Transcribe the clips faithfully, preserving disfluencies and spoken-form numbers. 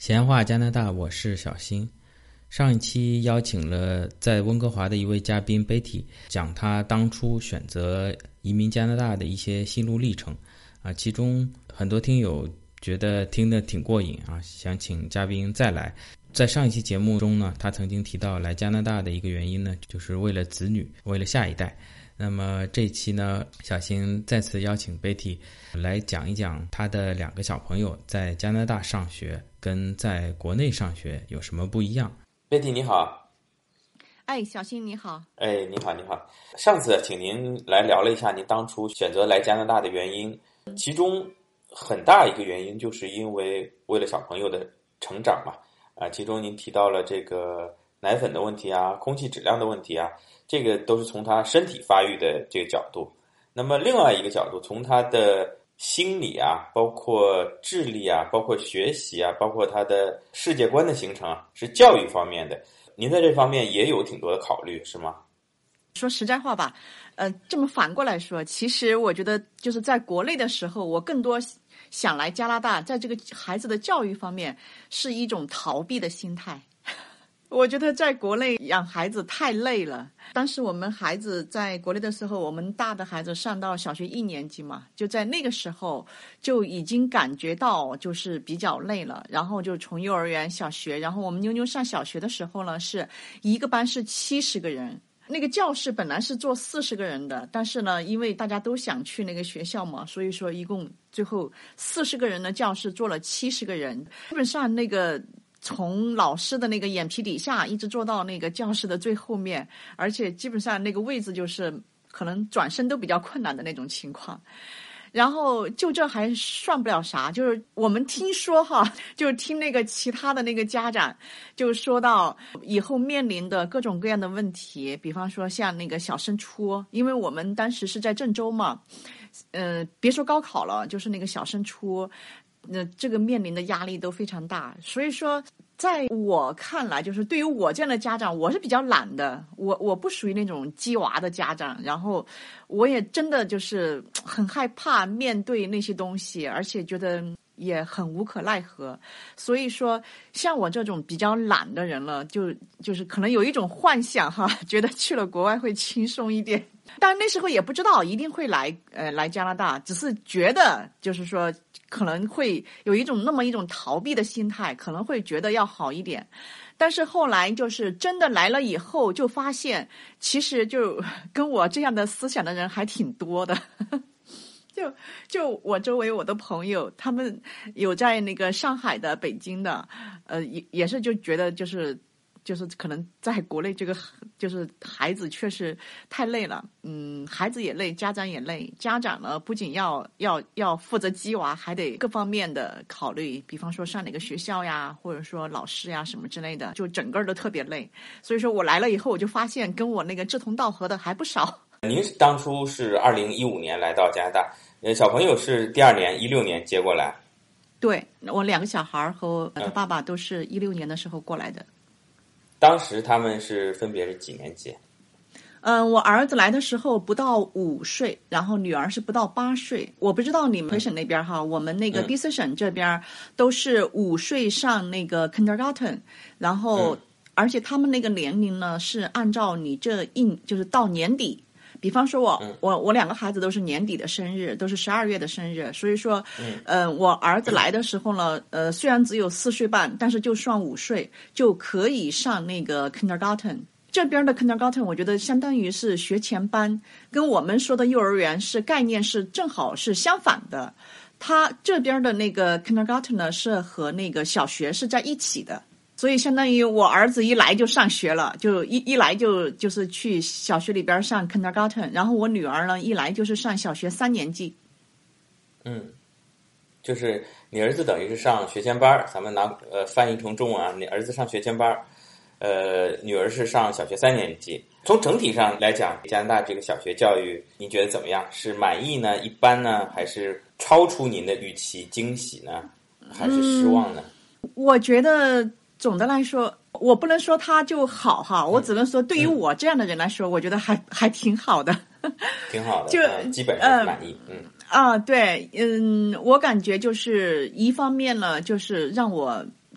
闲话加拿大，我是小新。上一期邀请了在温哥华的一位嘉宾 Betty， 讲他当初选择移民加拿大的一些心路历程啊，其中很多听友觉得听得挺过瘾啊，想请嘉宾再来。在上一期节目中呢，他曾经提到来加拿大的一个原因呢，就是为了子女，为了下一代。那么这一期呢，小新再次邀请 Betty 来讲一讲他的两个小朋友在加拿大上学跟在国内上学有什么不一样。 Betty 你好。 哎，小新你好。 哎，你好你好。上次请您来聊了一下您当初选择来加拿大的原因，其中很大一个原因就是因为为了小朋友的成长嘛。啊，其中您提到了这个奶粉的问题啊，空气质量的问题啊，这个都是从他身体发育的这个角度。那么另外一个角度，从他的心理啊，包括智力啊，包括学习啊，包括他的世界观的形成啊，是教育方面的。您在这方面也有挺多的考虑，是吗？ 说实在话吧，呃，这么反过来说，其实我觉得就是在国内的时候，我更多想来加拿大，在这个孩子的教育方面是一种逃避的心态。我觉得在国内养孩子太累了。当时我们孩子在国内的时候，我们大的孩子上到小学一年级嘛，就在那个时候就已经感觉到就是比较累了。然后就从幼儿园、小学，然后我们妞妞上小学的时候呢，是一个班是七十个人。那个教室本来是坐四十个人的，但是呢，因为大家都想去那个学校嘛，所以说一共最后四十个人的教室坐了七十个人。基本上那个从老师的那个眼皮底下一直坐到那个教室的最后面，而且基本上那个位置就是可能转身都比较困难的那种情况。然后就这还算不了啥，就是我们听说哈，就是听那个其他的那个家长就说到以后面临的各种各样的问题，比方说像那个小升初，因为我们当时是在郑州嘛，呃，别说高考了，就是那个小升初，那这个面临的压力都非常大。所以说在我看来，就是对于我这样的家长，我是比较懒的，我我不属于那种鸡娃的家长，然后我也真的就是很害怕面对那些东西，而且觉得也很无可奈何。所以说像我这种比较懒的人了，就就是可能有一种幻想哈，觉得去了国外会轻松一点。但那时候也不知道一定会来呃来加拿大，只是觉得就是说可能会有一种那么一种逃避的心态，可能会觉得要好一点。但是后来就是真的来了以后，就发现其实就跟我这样的思想的人还挺多的。就就我周围我的朋友，他们有在那个上海的、北京的，呃，也也是就觉得就是就是可能在国内这个就是孩子确实太累了，嗯，孩子也累，家长也累。家长呢不仅要要要负责鸡娃，还得各方面的考虑，比方说上哪个学校呀，或者说老师呀什么之类的，就整个都特别累。所以说我来了以后，我就发现跟我那个志同道合的还不少。 您当初是二零一五年来到加拿大，呃，小朋友是第二年一六年接过来。 对，我两个小孩和他爸爸都是一六年的时候过来的。 当时他们是分别是几年级？ 嗯、呃，我儿子来的时候不到五岁，然后女儿是不到八岁。我不知道你们省那边哈，嗯、我们那个 B C 省这边都是五岁上那个 kindergarten， 然后、嗯、而且他们那个年龄呢是按照你这一就是到年底。比方说我、嗯、我我两个孩子都是年底的生日，都是十二月的生日，所以说，嗯，呃，我儿子来的时候呢，呃，虽然只有四岁半，但是就算五岁就可以上那个 kindergarten。这边的 kindergarten 我觉得相当于是学前班，跟我们说的幼儿园是概念是正好是相反的。他这边的那个 kindergarten 呢是和那个小学是在一起的。所以相当于我儿子一来就上学了，就一一来就就是去小学里边上 kindergarten， 然后我女儿呢一来就是上小学三年级。 嗯，就是你儿子等于是上学前班，咱们拿呃翻译成中文啊，你儿子上学前班，呃，女儿是上小学三年级。从整体上来讲，加拿大这个小学教育，您觉得怎么样？是满意呢？一般呢？还是超出您的预期？惊喜呢？还是失望呢？ 嗯、我觉得。总的来说，我不能说它就好哈，我只能说对于我这样的人来说，嗯、我觉得还还挺好的， 挺好的， 就、 嗯、基本上是满意，嗯啊，对，嗯，我感觉就是一方面呢，就是让我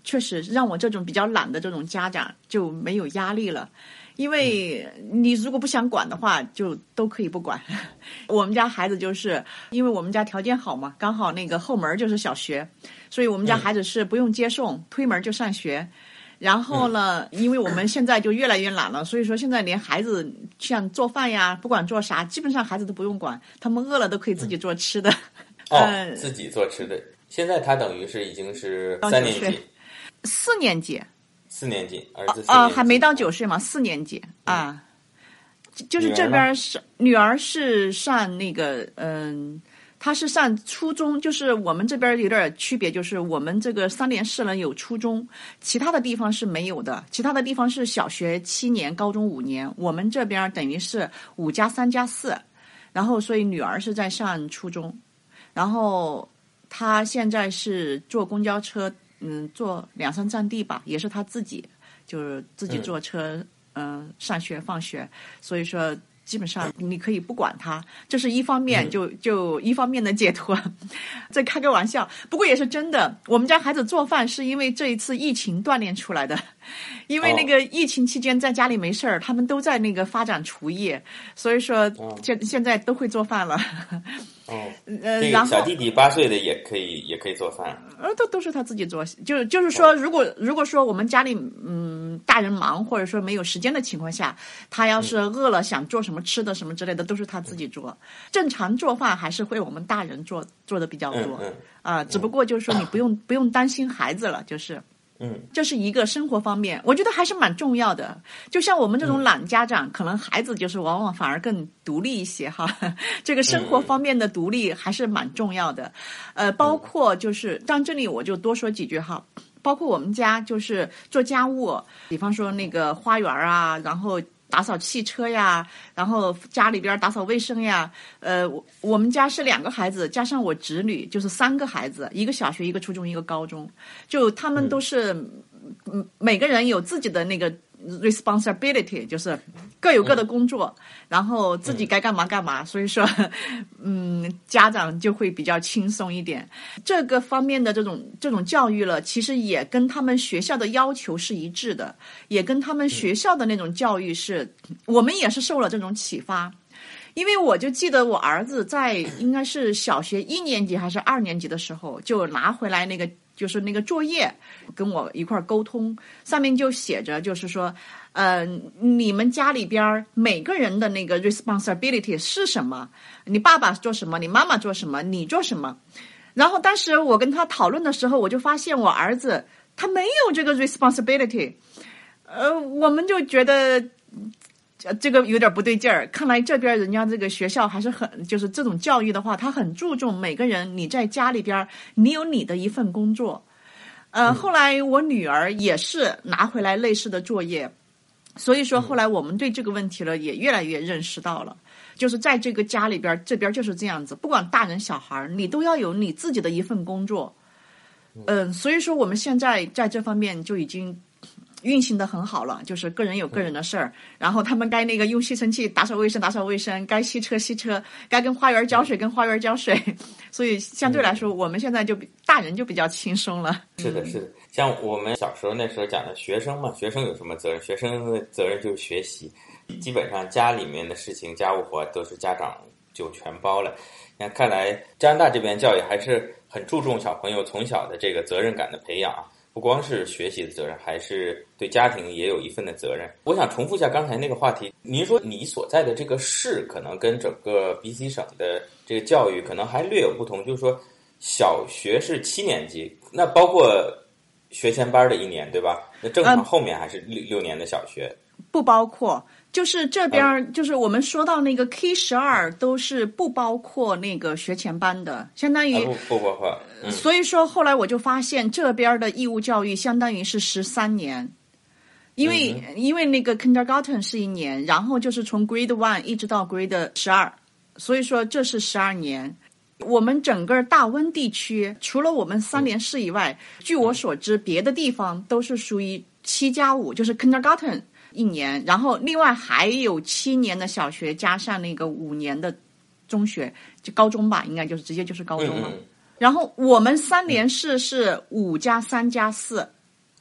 确实让我这种比较懒的这种家长就没有压力了。因为你如果不想管的话，就都可以不管。我们家孩子就是因为我们家条件好嘛，刚好那个后门就是小学，所以我们家孩子是不用接送，推门就上学。然后呢，因为我们现在就越来越懒了，所以说现在连孩子像做饭呀，不管做啥，基本上孩子都不用管，他们饿了都可以自己做吃的。 哦，呃、自己做吃的。现在他等于是已经是三年级， 四年级。 四年级，儿子四年级啊、呃，还没到九岁嘛，四年级啊。嗯、就是这边是女儿是上那个嗯，她是上初中，就是我们这边有点区别，就是我们这个三联市呢有初中，其他的地方是没有的，其他的地方是小学七年，高中五年，我们这边等于是五加三加四，然后所以女儿是在上初中，然后她现在是坐公交车。嗯，坐两三站地吧，也是他自己，就是自己坐车，嗯、呃，上学放学，所以说基本上你可以不管他，这是一方面，就就一方面的解脱。这开个玩笑，不过也是真的。我们家孩子做饭是因为这一次疫情锻炼出来的，因为那个疫情期间在家里没事儿，他们都在那个发展厨艺，所以说现现在都会做饭了。 哦，呃，然后小弟弟八岁的也可以，也可以做饭。 呃，都都是他自己做，就就是说，如果、哦、如果说我们家里嗯大人忙或者说没有时间的情况下，他要是饿了、嗯、想做什么吃的什么之类的，都是他自己做。嗯、正常做饭还是会我们大人做做的比较多啊、 嗯嗯呃，只不过就是说你不用、嗯、不用担心孩子了，就是。 嗯， 这是一个生活方面，我觉得还是蛮重要的。就像我们这种懒家长，嗯、可能孩子就是往往反而更独立一些哈。这个生活方面的独立还是蛮重要的。呃，包括就是，当这里我就多说几句哈。包括我们家就是做家务，比方说那个花园啊，然后打扫汽车呀，然后家里边打扫卫生呀。呃，我们家是两个孩子，加上我侄女，就是三个孩子，一个小学，一个初中，一个高中。就他们都是，嗯，每个人有自己的那个 responsibility， 就是各有各的工作，然后自己该干嘛干嘛。所以说，嗯，家长就会比较轻松一点。这个方面的这种这种教育了，其实也跟他们学校的要求是一致的，也跟他们学校的那种教育是，我们也是受了这种启发。因为我就记得我儿子在应该是小学一年级还是二年级的时候，就拿回来那个就是那个作业跟我一块沟通，上面就写着就是说，呃，你们家里边每个人的那个 responsibility 是什么？你爸爸做什么？你妈妈做什么？你做什么？然后当时我跟他讨论的时候，我就发现我儿子他没有这个 responsibility， 呃，我们就觉得。这个有点不对劲儿，看来这边人家这个学校还是很，就是这种教育的话，他很注重每个人你在家里边，你有你的一份工作。呃，后来我女儿也是拿回来类似的作业，所以说后来我们对这个问题了也越来越认识到了，就是在这个家里边，这边就是这样子，不管大人小孩，你都要有你自己的一份工作。嗯、呃，所以说我们现在在这方面就已经。运行的很好了，就是个人有个人的事儿，然后他们该那个用吸尘器打扫卫生打扫卫生，该吸车吸车，该跟花园浇水跟花园浇水，所以相对来说，我们现在就比大人就比较轻松了。 是的，是的，像我们小时候那时候讲的学生嘛，学生有什么责任？学生的责任就是学习，基本上家里面的事情、家务活都是家长就全包了。那看来加拿大这边教育还是很注重小朋友从小的这个责任感的培养啊。不光是学习的责任，还是对家庭也有一份的责任。我想重复一下刚才那个话题，您说你所在的这个市可能跟整个 B C 省的这个教育可能还略有不同，就是说小学是七年级，那包括学前班的一年，对吧？那正常后面还是六、嗯、六年的小学？不包括。就是这边、嗯、就是我们说到那个 K 十二都是不包括那个学前班的，相当于、啊、不不包括、嗯。所以说后来我就发现这边的义务教育相当于是十三年，因为、嗯、因为那个 kindergarten 是一年，然后就是从 grade one 一直到 grade 十二，所以说这是十二年。我们整个大温地区除了我们三联市以外、嗯、据我所知别的地方都是属于七加五，就是 kindergarten一年，然后另外还有七年的小学加上那个五年的中学，就高中吧，应该就是直接就是高中了。嗯嗯然后我们三联市是五加三加四，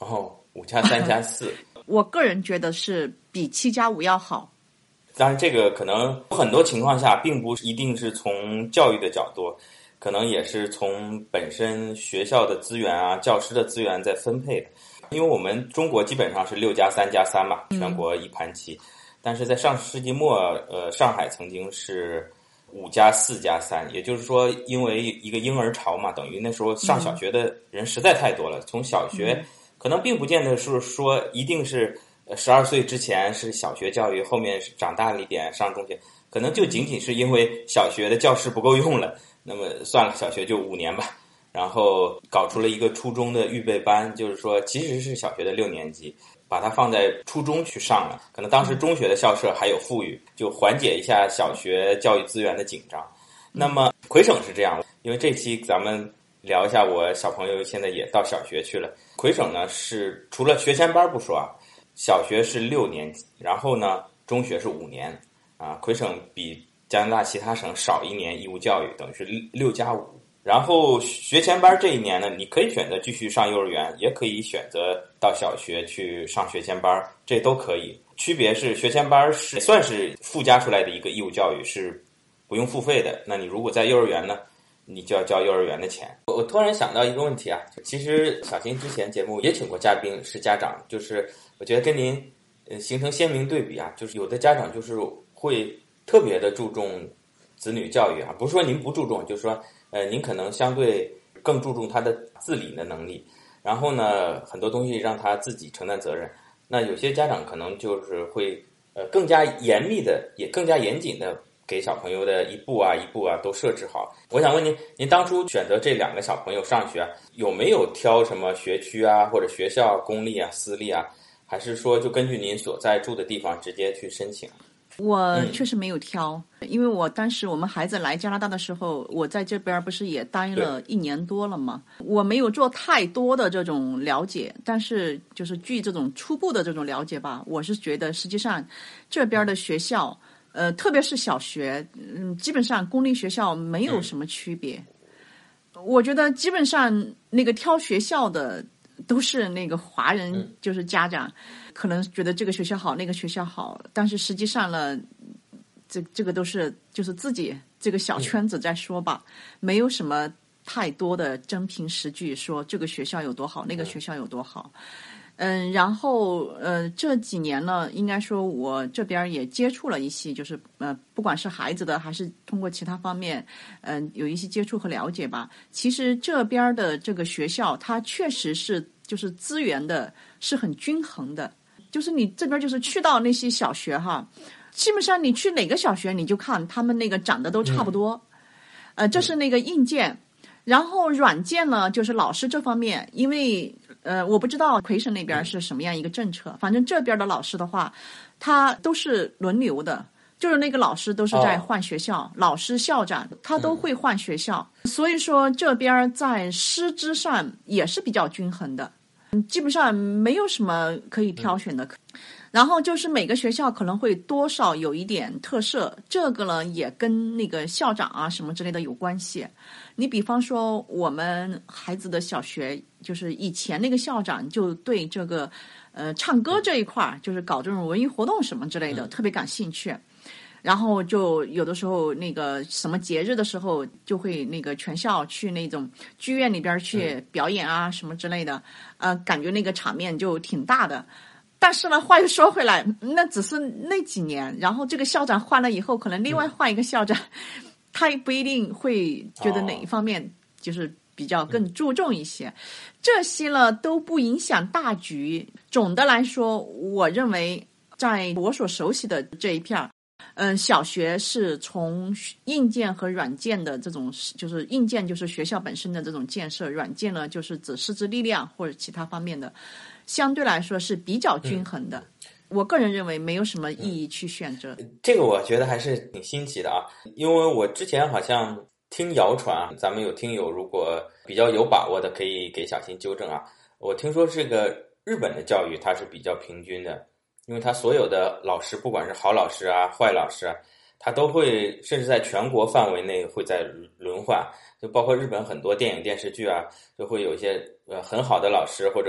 哦，五加三加四， 我个人觉得是比七加五要好。 当然，这个可能很多情况下并不一定是从教育的角度，可能也是从本身学校的资源啊、教师的资源在分配的。因为我们中国基本上是六加三加三嘛，全国一盘棋。嗯、但是在上世纪末，呃，上海曾经是五加四加三，也就是说，因为一个婴儿潮嘛，等于那时候上小学的人实在太多了，嗯、从小学可能并不见得是说一定是。十二岁之前是小学教育，后面长大了一点上中学，可能就仅仅是因为小学的教室不够用了，那么算了，小学就五年吧，然后搞出了一个初中的预备班，就是说其实是小学的六年级，把它放在初中去上了，可能当时中学的校舍还有富裕，就缓解一下小学教育资源的紧张。那么魁省是这样，因为这期咱们聊一下，我小朋友现在也到小学去了。魁省呢是除了学前班不说啊，小学是六年级，然后呢，中学是五年，啊，魁省比加拿大其他省少一年义务教育，等于是六加五。然后学前班这一年呢，你可以选择继续上幼儿园，也可以选择到小学去上学前班，这都可以。区别是学前班是算是附加出来的一个义务教育，是不用付费的。那你如果在幼儿园呢，你就要交幼儿园的钱。我突然想到一个问题啊，其实小新之前节目也请过嘉宾是家长，就是我觉得跟您呃形成鲜明对比啊，就是有的家长就是会特别的注重子女教育啊，不是说您不注重，就是说呃您可能相对更注重他的自理的能力，然后呢很多东西让他自己承担责任。那有些家长可能就是会呃更加严密的，也更加严谨的给小朋友的一步啊一步啊都设置好。我想问您，您当初选择这两个小朋友上学，有没有挑什么学区啊，或者学校公立啊、私立啊，还是说就根据您所在住的地方直接去申请？ 我确实没有挑，嗯、因为我当时我们孩子来加拿大的时候，我在这边不是也待了一年多了吗？我没有做太多的这种了解，但是就是据这种初步的这种了解吧，我是觉得实际上这边的学校。呃，特别是小学，嗯，基本上公立学校没有什么区别。嗯、我觉得基本上那个挑学校的都是那个华人，就是家长，嗯、可能觉得这个学校好，那个学校好，但是实际上呢，这这个都是就是自己这个小圈子在说吧，嗯、没有什么太多的真凭实据说这个学校有多好，那个学校有多好。嗯，然后呃这几年呢，应该说我这边也接触了一些，就是呃不管是孩子的还是通过其他方面，嗯、呃、有一些接触和了解吧。其实这边的这个学校，它确实是就是资源的是很均衡的，就是你这边就是去到那些小学哈，基本上你去哪个小学你就看他们那个长得都差不多，嗯、呃这是那个硬件。然后软件呢，就是老师这方面，因为呃，我不知道魁省那边是什么样一个政策，反正这边的老师的话，他都是轮流的，就是那个老师都是在换学校，哦、老师校长他都会换学校，嗯、所以说这边在师资上也是比较均衡的，基本上没有什么可以挑选的。嗯然后就是每个学校可能会多少有一点特色，这个呢也跟那个校长啊什么之类的有关系。你比方说我们孩子的小学，就是以前那个校长就对这个呃唱歌这一块，就是搞这种文艺活动什么之类的特别感兴趣。然后就有的时候那个什么节日的时候，就会那个全校去那种剧院里边去表演啊什么之类的，呃，感觉那个场面就挺大的。但是呢，话又说回来，那只是那几年，然后这个校长换了以后，可能另外换一个校长，嗯、他也不一定会觉得哪一方面就是比较更注重一些。哦、这些呢都不影响大局。总的来说，我认为在我所熟悉的这一片，嗯，小学是从硬件和软件的这种，就是硬件就是学校本身的这种建设，软件呢就是指师资力量或者其他方面的。相对来说是比较均衡的，嗯、我个人认为没有什么意义去选择。 嗯、这个我觉得还是挺新奇的啊，因为我之前好像听谣传啊，咱们有听友如果比较有把握的，可以给小新纠正啊。我听说这个日本的教育它是比较平均的，因为它所有的老师，不管是好老师啊、坏老师啊，它都会甚至在全国范围内会在轮换，就包括日本很多电影电视剧啊，就会有一些呃很好的老师或者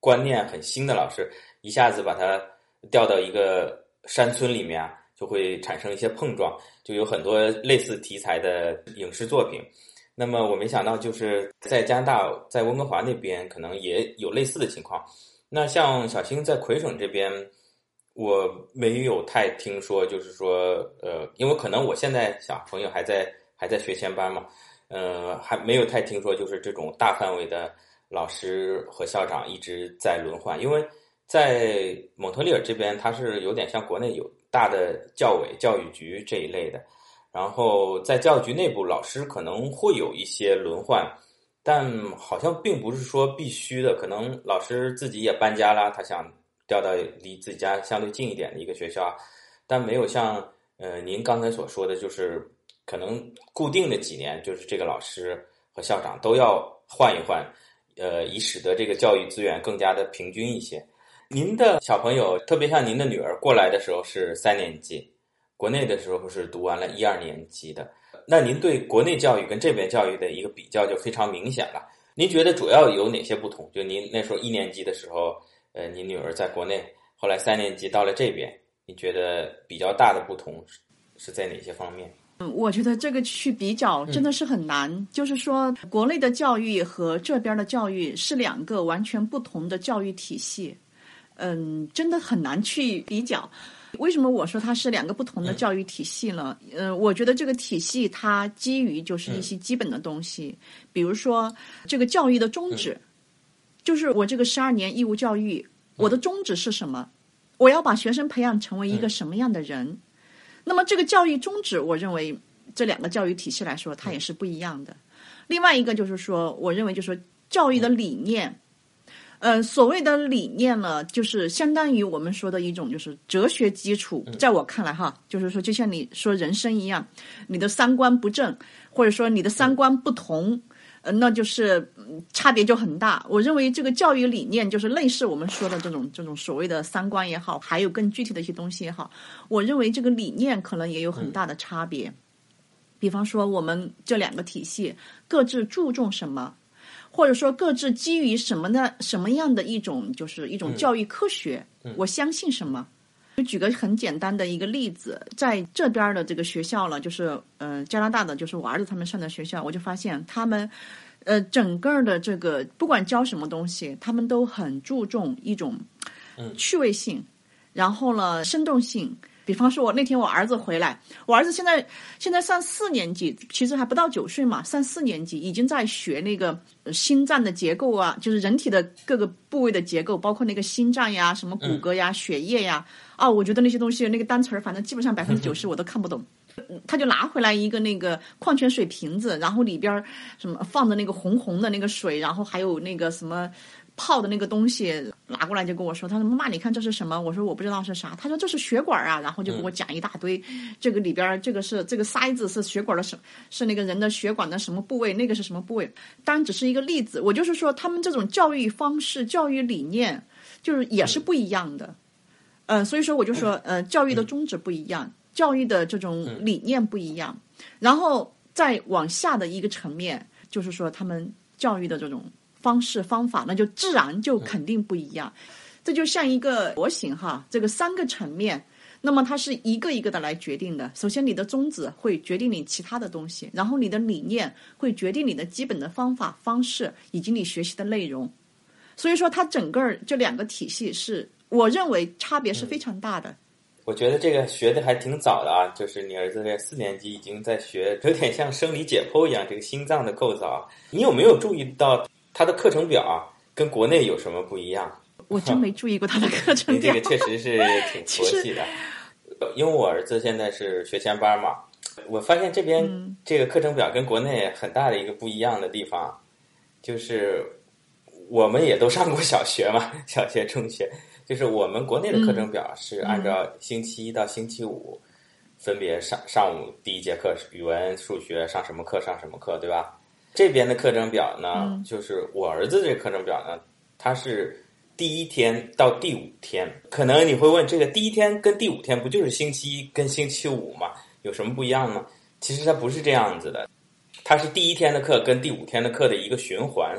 观念很新的老师，一下子把他调到一个山村里面啊，就会产生一些碰撞，就有很多类似题材的影视作品。那么我没想到就是在加拿大，在温哥华那边可能也有类似的情况。那像小新在魁省这边，我没有太听说，就是说呃，因为可能我现在小朋友还在还在学前班嘛，呃，还没有太听说就是这种大范围的老师和校长一直在轮换。因为在蒙特利尔这边，它是有点像国内有大的教委、教育局这一类的，然后在教育局内部，老师可能会有一些轮换，但好像并不是说必须的。可能老师自己也搬家啦，他想调到离自己家相对近一点的一个学校，但没有像呃您刚才所说的，就是可能固定的几年，就是这个老师和校长都要换一换，呃，以使得这个教育资源更加的平均一些。您的小朋友，特别像您的女儿过来的时候是三年级，国内的时候是读完了一二年级的，那您对国内教育跟这边教育的一个比较就非常明显了。您觉得主要有哪些不同？就您那时候一年级的时候，呃，您女儿在国内，后来三年级到了这边，你觉得比较大的不同是在哪些方面？ 嗯，我觉得这个去比较真的是很难，嗯、就是说国内的教育和这边的教育是两个完全不同的教育体系，嗯，真的很难去比较。为什么我说它是两个不同的教育体系呢？呃，我觉得这个体系它基于就是一些基本的东西，嗯、比如说这个教育的宗旨，嗯、就是我这个十二年义务教育，我的宗旨是什么？我要把学生培养成为一个什么样的人？嗯、那么这个教育宗旨，我认为这两个教育体系来说，它也是不一样的。另外一个就是说，我认为就是说教育的理念。呃，所谓的理念呢，就是相当于我们说的一种就是哲学基础。在我看来哈，就是说就像你说人生一样，你的三观不正，或者说你的三观不同，呃，那就是差别就很大。我认为这个教育理念就是类似我们说的这种这种所谓的三观也好，还有更具体的一些东西也好，我认为这个理念可能也有很大的差别。比方说，我们这两个体系各自注重什么？或者说各自基于什么的什么样的一种就是一种教育科学，嗯、我相信什么。就举个很简单的一个例子，在这边的这个学校呢，就是呃加拿大的，就是我儿子他们上的学校，我就发现他们呃整个的这个不管教什么东西，他们都很注重一种趣味性，然后呢生动性。比方说，我那天我儿子回来，我儿子现在现在上四年级，其实还不到九岁嘛，上四年级已经在学那个心脏的结构啊，就是人体的各个部位的结构，包括那个心脏呀、什么骨骼呀、血液呀，啊，我觉得那些东西那个单词儿，反正基本上百分之九十我都看不懂。他就拿回来一个那个矿泉水瓶子，然后里边什么放的那个红红的那个水，然后还有那个什么。泡的那个东西拿过来就跟我说，他说妈妈你看这是什么？我说我不知道是啥。他说这是血管啊，然后就给我讲一大堆，嗯、这个里边这个是这个塞子是血管的什是那个人的血管的什么部位，那个是什么部位？当然只是一个例子，我就是说他们这种教育方式、教育理念就是也是不一样的。呃，所以说我就说呃教育的宗旨不一样，教育的这种理念不一样，然后再往下的一个层面，就是说他们教育的这种。方式方法，那就自然就肯定不一样。这就像一个模型哈，这个三个层面，那么它是一个一个的来决定的。首先，你的宗旨会决定你其他的东西，然后你的理念会决定你的基本的方法方式以及你学习的内容。所以说，它整个这两个体系是，我认为差别是非常大的。 我觉得这个学的还挺早的啊，就是你儿子这四年级已经在学，有点像生理解剖一样，这个心脏的构造。你有没有注意到？他的课程表啊，跟国内有什么不一样？ 我真没注意过他的课程表。 这个确实是挺佛系的。因为我儿子现在是学前班嘛，我发现这边这个课程表跟国内很大的一个不一样的地方，就是我们也都上过小学嘛，小学、中学，就是我们国内的课程表是按照星期一到星期五分别上上午第一节课语文、数学上什么课上什么课，对吧？这边的课程表呢，嗯、就是我儿子这个课程表呢，它是第一天到第五天。可能你会问，这个第一天跟第五天不就是星期一跟星期五吗？有什么不一样呢？其实它不是这样子的，它是第一天的课跟第五天的课的一个循环。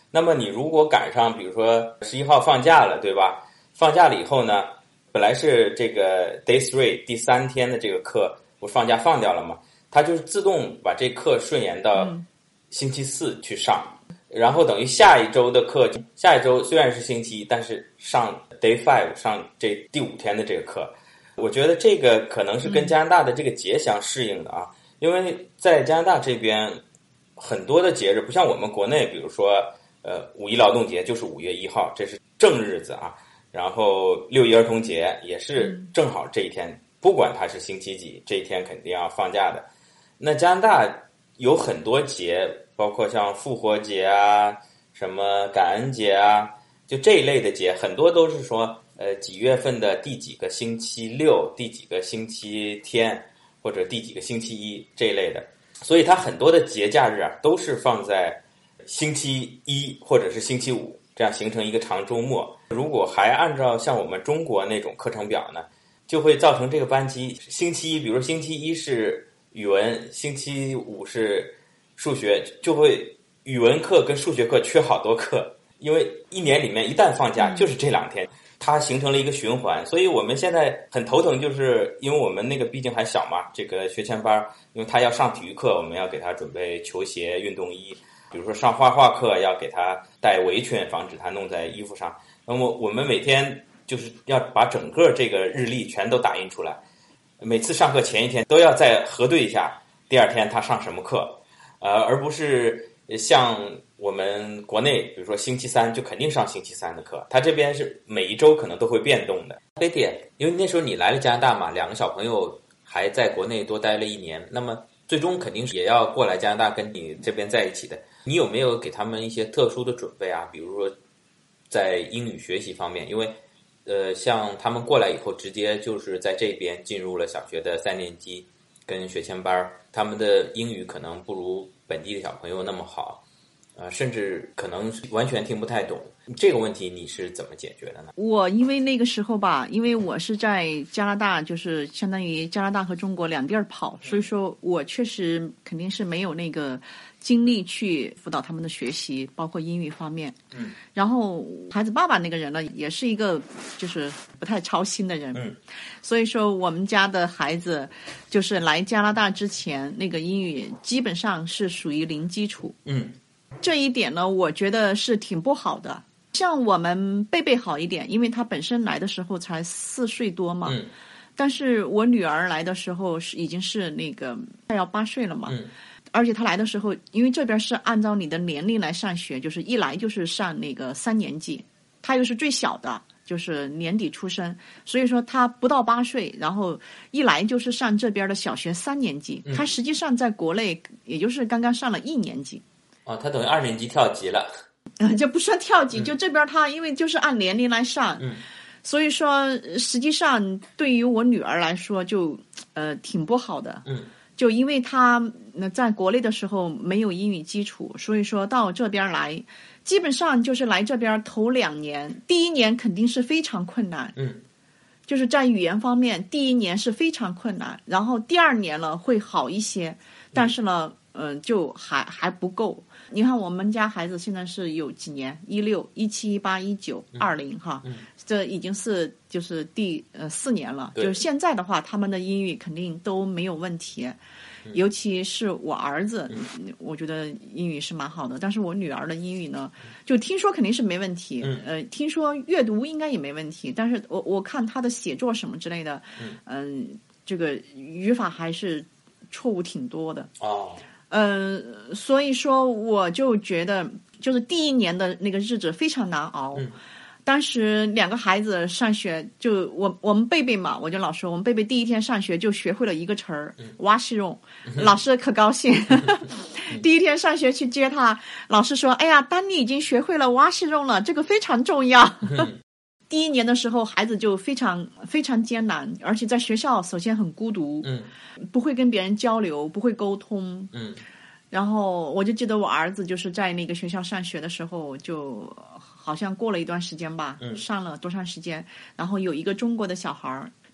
那么你如果赶上比如说十一号放假了，对吧？放假了以后呢，本来是这个 day three 第三天的这个课不放假放掉了吗？它就是自动把这课顺延到星期四去上，嗯、然后等于下一周的课，下一周虽然是星期一，但是上 day five 上这第五天的这个课。我觉得这个可能是跟加拿大的这个节相适应的啊，嗯、因为在加拿大这边很多的节日不像我们国内，比如说呃五一劳动节就是五月一号，这是正日子啊，然后六一儿童节也是正好这一天，嗯、不管它是星期几，这一天肯定要放假的。那加拿大有很多节，包括像复活节啊、什么感恩节啊，就这一类的节，很多都是说呃几月份的第几个星期六、第几个星期天或者第几个星期一这一类的，所以它很多的节假日啊都是放在星期一或者是星期五，这样形成一个长周末。如果还按照像我们中国那种课程表呢，就会造成这个班级星期一，比如星期一是语文，星期五是数学，就会语文课跟数学课缺好多课，因为一年里面一旦放假就是这两天，它形成了一个循环。所以我们现在很头疼，就是因为我们那个毕竟还小嘛，这个学前班，因为他要上体育课，我们要给他准备球鞋、运动衣，比如说上画画课要给他戴围裙，防止他弄在衣服上。那么我们每天就是要把整个这个日历全都打印出来，每次上课前一天都要再核对一下第二天他上什么课，呃，而不是像我们国内比如说星期三就肯定上星期三的课，他这边是每一周可能都会变动的。Betty，因为那时候你来了加拿大嘛，两个小朋友还在国内多待了一年，那么最终肯定是也要过来加拿大跟你这边在一起的。你有没有给他们一些特殊的准备啊？比如说在英语学习方面，因为呃，像他们过来以后，直接就是在这边进入了小学的三年级跟学前班，他们的英语可能不如本地的小朋友那么好，呃，甚至可能完全听不太懂。这个问题你是怎么解决的呢？ 我因为那个时候吧，因为我是在加拿大，就是相当于加拿大和中国两地儿跑，所以说我确实肯定是没有那个精力去辅导他们的学习，包括英语方面。 嗯。 然后孩子爸爸那个人呢，也是一个就是不太操心的人。 嗯。 所以说我们家的孩子就是来加拿大之前，那个英语基本上是属于零基础。 嗯。 这一点呢，我觉得是挺不好的。像我们贝贝好一点，因为他本身来的时候才四岁多嘛。 嗯。 但是我女儿来的时候是已经是那个快要八岁了嘛。 嗯。 而且她来的时候，因为这边是按照你的年龄来上学，就是一来就是上那个三年级，她又是最小的，就是年底出生，所以说她不到八岁，然后一来就是上这边的小学三年级。她实际上在国内也就是刚刚上了一年级。 哦，她等于二年级跳级了。 嗯，这不算跳级，就这边他因为就是按年龄来上， 嗯， 所以说实际上对于我女儿来说就呃挺不好的， 嗯， 就因为她在国内的时候没有英语基础，所以说到这边来，基本上就是来这边头两年，第一年肯定是非常困难， 嗯， 就是在语言方面，第一年是非常困难，然后第二年了会好一些，但是呢，嗯、呃，就还还不够。你看我们家孩子现在是有几年，一六、一七、一八、一九、二零哈， 嗯， 这已经是就是第呃四年了。就是现在的话，他们的英语肯定都没有问题，嗯、尤其是我儿子，嗯、我觉得英语是蛮好的。但是我女儿的英语呢，就听说肯定是没问题， 嗯、 呃，听说阅读应该也没问题。但是我我看他的写作什么之类的，嗯、呃，这个语法还是错误挺多的。 哦。 呃，所以说我就觉得，就是第一年的那个日子非常难熬。 嗯， 当时两个孩子上学，就我我们贝贝嘛，我就老说我们贝贝第一天上学就学会了一个词儿， 嗯、 蛙西绒，老师可高兴。 嗯、 第一天上学去接他，老师说：“哎呀，丹妮已经学会了蛙西绒了，这个非常重要。嗯”第一年的时候，孩子就非常非常艰难，而且在学校首先很孤独， 嗯， 不会跟别人交流，不会沟通， 嗯， 然后我就记得我儿子就是在那个学校上学的时候，就好像过了一段时间吧， 嗯， 上了多长时间，然后有一个中国的小孩，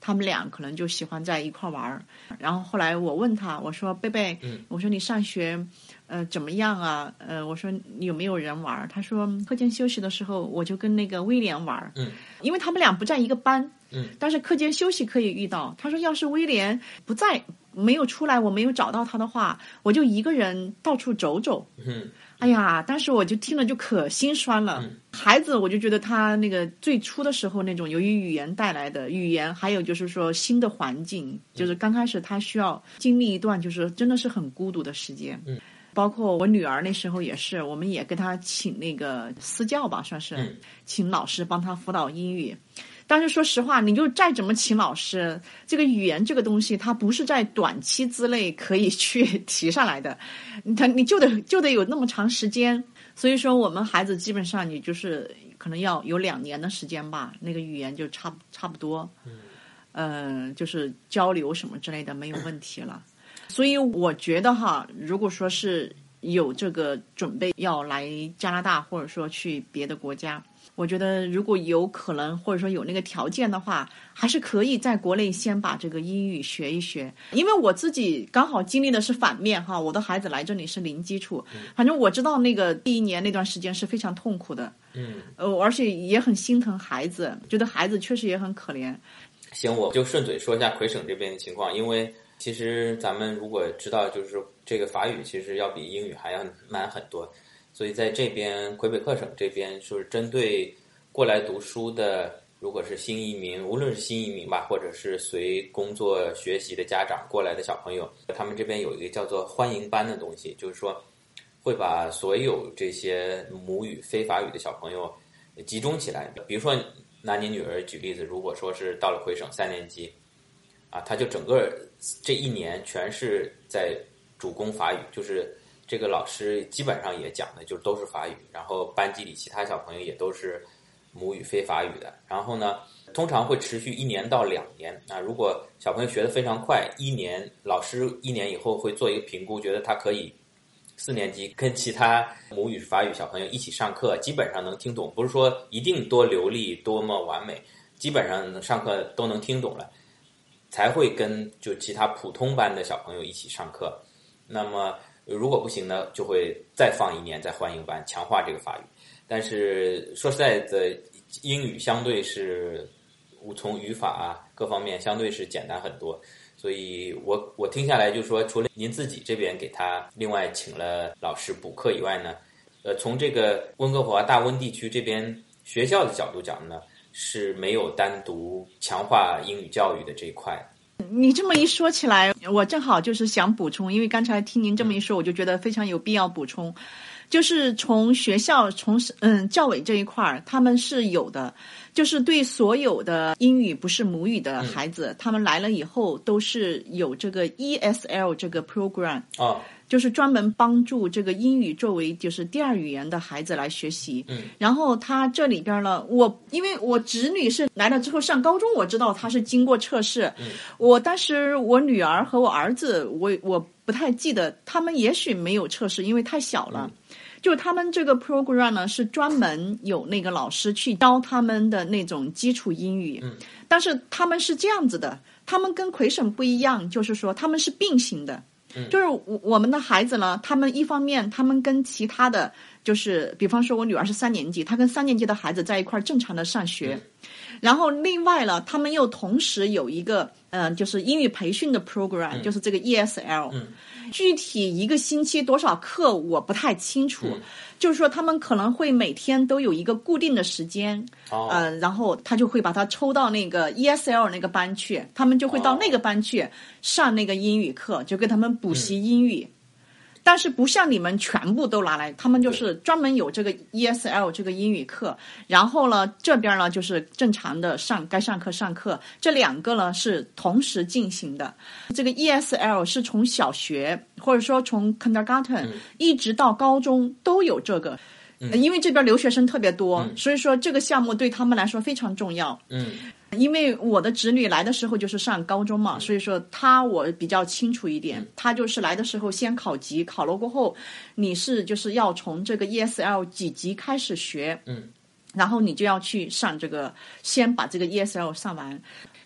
他们俩可能就喜欢在一块玩儿。然后后来我问他，我说贝贝， 嗯， 我说你上学呃怎么样啊？呃，我说你有没有人玩？他说课间休息的时候我就跟那个威廉玩， 嗯， 因为他们俩不在一个班， 嗯， 但是课间休息可以遇到。他说要是威廉不在，没有出来，我没有找到他的话，我就一个人到处走走。 嗯， 哎呀，当时我就听了就可心酸了。 嗯、 孩子，我就觉得他那个最初的时候那种由于语言带来的语言，还有就是说新的环境，就是刚开始他需要经历一段就是真的是很孤独的时间。 嗯， 包括我女儿那时候也是，我们也跟她请那个私教吧，算是、 嗯、 请老师帮她辅导英语。但是说实话，你就再怎么请老师，这个语言这个东西，它不是在短期之内可以去提上来的，它你就得就得有那么长时间。所以说，我们孩子基本上你就是可能要有两年的时间吧，那个语言就差差不多，嗯，呃，就是交流什么之类的没有问题了。所以我觉得哈，如果说是有这个准备要来加拿大，或者说去别的国家，我觉得如果有可能或者说有那个条件的话，还是可以在国内先把这个英语学一学。因为我自己刚好经历的是反面哈，我的孩子来这里是零基础，反正我知道那个第一年那段时间是非常痛苦的， 嗯， 呃，而且也很心疼孩子，觉得孩子确实也很可怜。 行，我就顺嘴说一下魁省这边的情况，因为其实咱们如果知道，就是这个法语其实要比英语还要难很多。所以在这边魁北克省这边，就是针对过来读书的，如果是新移民，无论是新移民吧，或者是随工作学习的家长过来的小朋友，他们这边有一个叫做欢迎班的东西，就是说会把所有这些母语非法语的小朋友集中起来。比如说拿你女儿举例子，如果说是到了魁省三年级啊，他就整个这一年全是在主攻法语，就是这个老师基本上也讲的就都是法语，然后班级里其他小朋友也都是母语非法语的。然后呢，通常会持续一年到两年啊。如果小朋友学得非常快，一年老师一年以后会做一个评估，觉得他可以四年级跟其他母语法语小朋友一起上课，基本上能听懂，不是说一定多流利多么完美，基本上上课都能听懂了，才会跟就其他普通班的小朋友一起上课。那么如果不行呢，就会再放一年在欢迎班强化这个法语。但是说实在的，英语相对是从语法啊各方面相对是简单很多，所以我我听下来就是说，除了您自己这边给他另外请了老师补课以外呢，呃，从这个温哥华大温地区这边学校的角度讲呢，是没有单独强化英语教育的这一块。 你这么一说起来，我正好就是想补充，因为刚才听您这么一说，我就觉得非常有必要补充。就是从学校从嗯教委这一块儿，他们是有的，就是对所有的英语不是母语的孩子，嗯、他们来了以后都是有这个 E S L 这个 program 哦， 就是专门帮助这个英语作为就是第二语言的孩子来学习。 嗯， 然后他这里边呢，我因为我侄女是来了之后上高中，我知道她是经过测试。 嗯， 我当时我女儿和我儿子，我我不太记得，他们也许没有测试，因为太小了。嗯，就他们这个 program 呢，是专门有那个老师去教他们的那种基础英语。 嗯， 但是他们是这样子的，他们跟魁省不一样，就是说他们是并行的。 嗯， 就是我们的孩子呢，他们一方面他们跟其他的就是比方说我女儿是三年级，她跟三年级的孩子在一块正常的上学。嗯，然后另外呢，他们又同时有一个嗯、呃，就是英语培训的 program，嗯、就是这个 E S L。 嗯， 具体一个星期多少课我不太清楚。嗯，就是说他们可能会每天都有一个固定的时间。 哦， 呃，然后他就会把他抽到那个 E S L 那个班去，他们就会到那个班去上那个英语课，就给他们补习英语。嗯，但是不像你们全部都拿来，他们就是专门有这个 E S L 这个英语课，然后呢这边呢就是正常的上该上课上课，这两个呢是同时进行的。这个 E S L 是从小学或者说从 kindergarten、嗯、一直到高中都有这个。嗯、因为这边留学生特别多、嗯、所以说这个项目对他们来说非常重要。 嗯， 因为我的侄女来的时候就是上高中嘛，嗯、所以说她我比较清楚一点。她、嗯、就是来的时候先考级，考了过后，你是就是要从这个 E S L 几级开始学， 嗯， 然后你就要去上这个，先把这个 E S L 上完。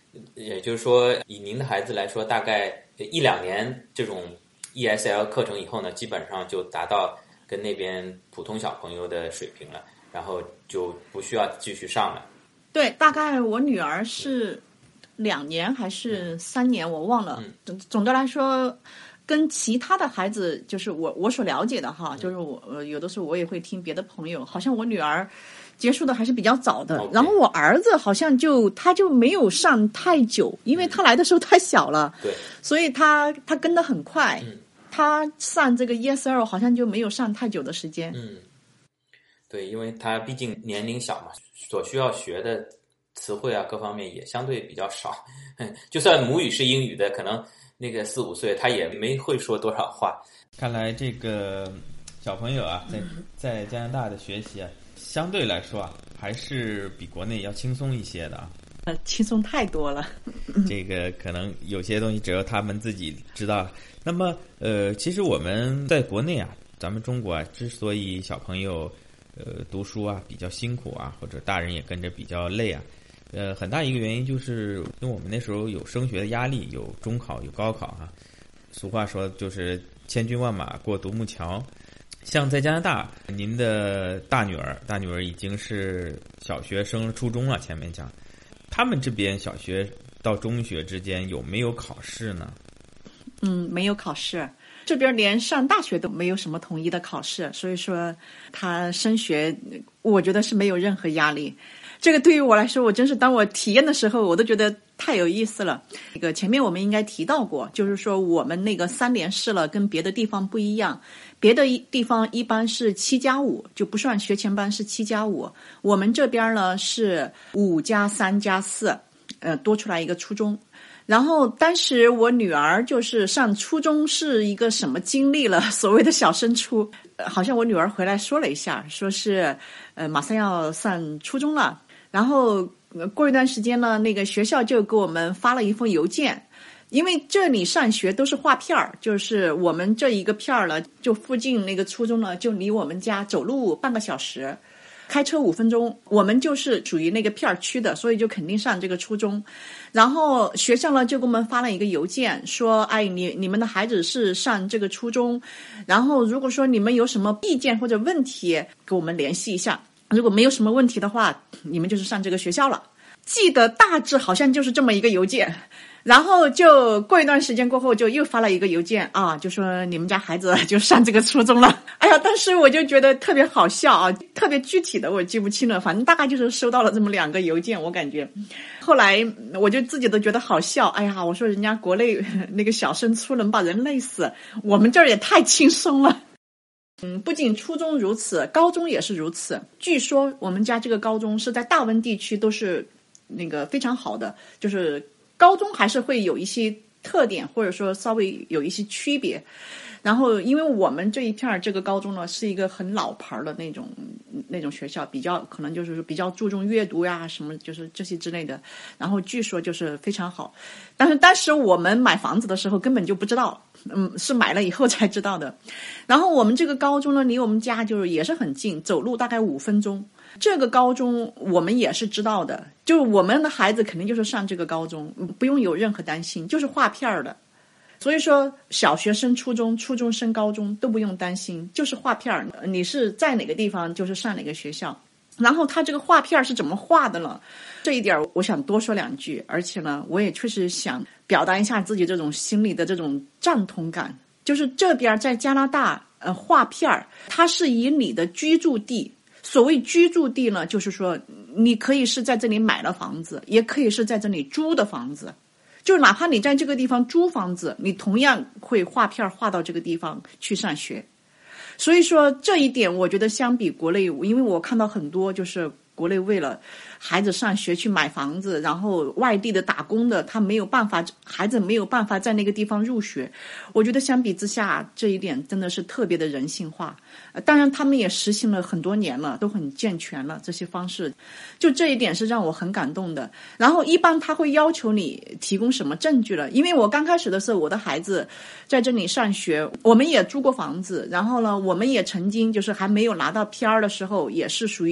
也就是说，以您的孩子来说，大概一两年这种 E S L 课程以后呢，基本上就达到跟那边普通小朋友的水平了，然后就不需要继续上了。 对，大概我女儿是两年还是三年，我忘了。总总的来说，跟其他的孩子，就是我我所了解的哈，就是我呃有的时候我也会听别的朋友，好像我女儿结束的还是比较早的。 Okay. 然后我儿子好像就他就没有上太久，因为他来的时候太小了， 对， 所以他他跟得很快。 嗯， 他上这个 E S L 好像就没有上太久的时间。 嗯，对，因为他毕竟年龄小嘛，所需要学的词汇啊各方面也相对比较少。就算母语是英语的，可能那个四五岁他也没会说多少话。 看来这个小朋友啊，在在加拿大的学习啊，相对来说啊，还是比国内要轻松一些的啊。 呃，轻松太多了。 这个可能有些东西只有他们自己知道。那么，呃，其实我们在国内啊，咱们中国啊，之所以小朋友呃读书啊比较辛苦啊，或者大人也跟着比较累啊，呃，很大一个原因就是因为我们那时候有升学的压力，有中考，有高考哈、啊。俗话说就是千军万马过独木桥。像在加拿大，您的大女儿，大女儿已经是小学升初中了，前面讲。他们这边小学到中学之间有没有考试呢？ 嗯，没有考试，这边连上大学都没有什么统一的考试，所以说他升学，我觉得是没有任何压力。这个对于我来说，我真是当我体验的时候，我都觉得太有意思了。这个前面我们应该提到过，就是说我们那个三联试了跟别的地方不一样，别的地方一般是七加五，就不算学前班是七加五，我们这边呢是五加三加四，呃，多出来一个初中。然后当时我女儿就是上初中是一个什么经历了，所谓的小升初，呃、好像我女儿回来说了一下，说是呃马上要上初中了。然后过一段时间呢，那个学校就给我们发了一封邮件，因为这里上学都是划片儿，就是我们这一个片儿呢，就附近那个初中呢，就离我们家走路半个小时，开车五分钟，我们就是属于那个片儿区的，所以就肯定上这个初中。然后学校呢就给我们发了一个邮件，说，哎，你你们的孩子是上这个初中，然后如果说你们有什么意见或者问题，给我们联系一下。如果没有什么问题的话，你们就是上这个学校了。记得大致好像就是这么一个邮件，然后就过一段时间过后，就又发了一个邮件啊，就说你们家孩子就上这个初中了。哎呀，当时我就觉得特别好笑啊，特别具体的我记不清了，反正大概就是收到了这么两个邮件，我感觉。后来我就自己都觉得好笑，哎呀，我说人家国内那个小升初能把人累死，我们这儿也太轻松了。嗯，不仅初中如此，高中也是如此。据说我们家这个高中是在大温地区都是那个非常好的，就是高中还是会有一些特点，或者说稍微有一些区别。然后因为我们这一片这个高中呢是一个很老牌的那种那种学校，比较可能就是比较注重阅读呀什么就是这些之类的，然后据说就是非常好。但是当时我们买房子的时候根本就不知道，嗯，是买了以后才知道的。然后我们这个高中呢离我们家就是也是很近，走路大概五分钟。这个高中我们也是知道的，就是我们的孩子肯定就是上这个高中，不用有任何担心，就是划片的。所以说小学升初中，初中升高中都不用担心，就是划片儿，你是在哪个地方就是上哪个学校。然后他这个划片是怎么画的呢？这一点我想多说两句，而且呢我也确实想表达一下自己这种心里的这种赞同感。就是这边在加拿大呃划片儿，它是以你的居住地，所谓居住地呢就是说你可以是在这里买了房子，也可以是在这里租的房子，就是哪怕你在这个地方租房子，你同样会划片划到这个地方去上学。所以说这一点我觉得相比国内，因为我看到很多就是国内为了孩子上学去买房子，然后外地的打工的，他没有办法，孩子没有办法在那个地方入学。我觉得相比之下，这一点真的是特别的人性化。呃、当然他们也实行了很多年了，都很健全了这些方式，就这一点是让我很感动的。然后一般他会要求你提供什么证据了，因为我刚开始的时候，我的孩子在这里上学，我们也租过房子，然后呢我们也曾经就是还没有拿到 P R 的时候，也是属于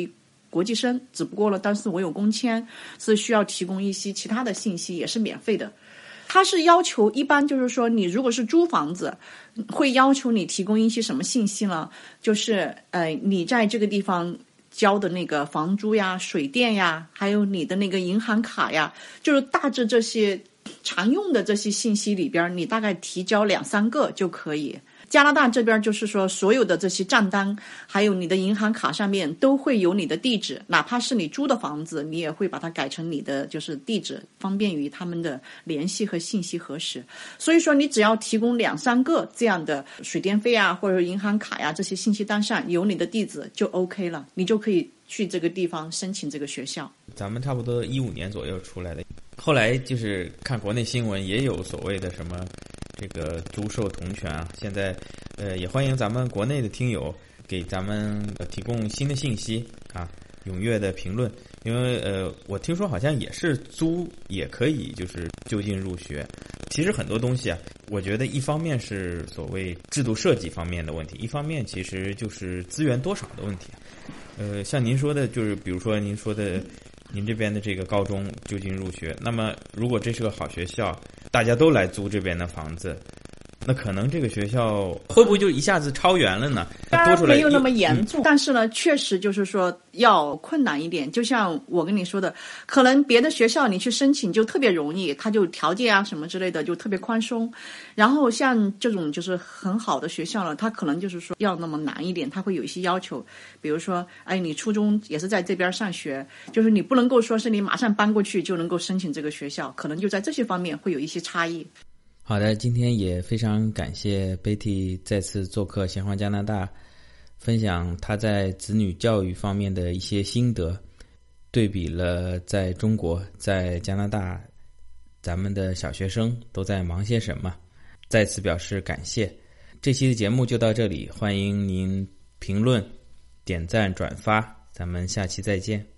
国际生，只不过了，但是我有工签，是需要提供一些其他的信息，也是免费的。他是要求一般就是说，你如果是租房子，会要求你提供一些什么信息呢？就是呃，你在这个地方交的那个房租呀、水电呀，还有你的那个银行卡呀，就是大致这些常用的这些信息里边，你大概提交两三个就可以。加拿大这边就是说，所有的这些账单，还有你的银行卡上面都会有你的地址，哪怕是你租的房子，你也会把它改成你的就是地址，方便于他们的联系和信息核实。所以说，你只要提供两三个这样的水电费啊，或者银行卡呀、啊、这些信息单上有你的地址就 OK 了，你就可以去这个地方申请这个学校。 咱们差不多一五年左右出来的，后来就是看国内新闻也有所谓的什么这个租售同权啊，现在呃也欢迎咱们国内的听友给咱们、呃、提供新的信息啊，踊跃的评论，因为呃我听说好像也是租也可以就是就近入学。其实很多东西啊，我觉得一方面是所谓制度设计方面的问题，一方面其实就是资源多少的问题。呃像您说的就是比如说您说的您这边的这个高中就近入学，那么如果这是个好学校，大家都来租这边的房子，那可能这个学校会不会就一下子超员了呢？多出来没有那么严重、嗯、但是呢确实就是说要困难一点。就像我跟你说的，可能别的学校你去申请就特别容易，它就条件啊什么之类的就特别宽松，然后像这种就是很好的学校了，它可能就是说要那么难一点，它会有一些要求，比如说哎，你初中也是在这边上学，就是你不能够说是你马上搬过去就能够申请这个学校，可能就在这些方面会有一些差异。 好的，今天也非常感谢 Betty 再次做客闲话加拿大，分享他在子女教育方面的一些心得，对比了在中国在加拿大咱们的小学生都在忙些什么，再次表示感谢。这期的节目就到这里，欢迎您评论、点赞、转发，咱们下期再见。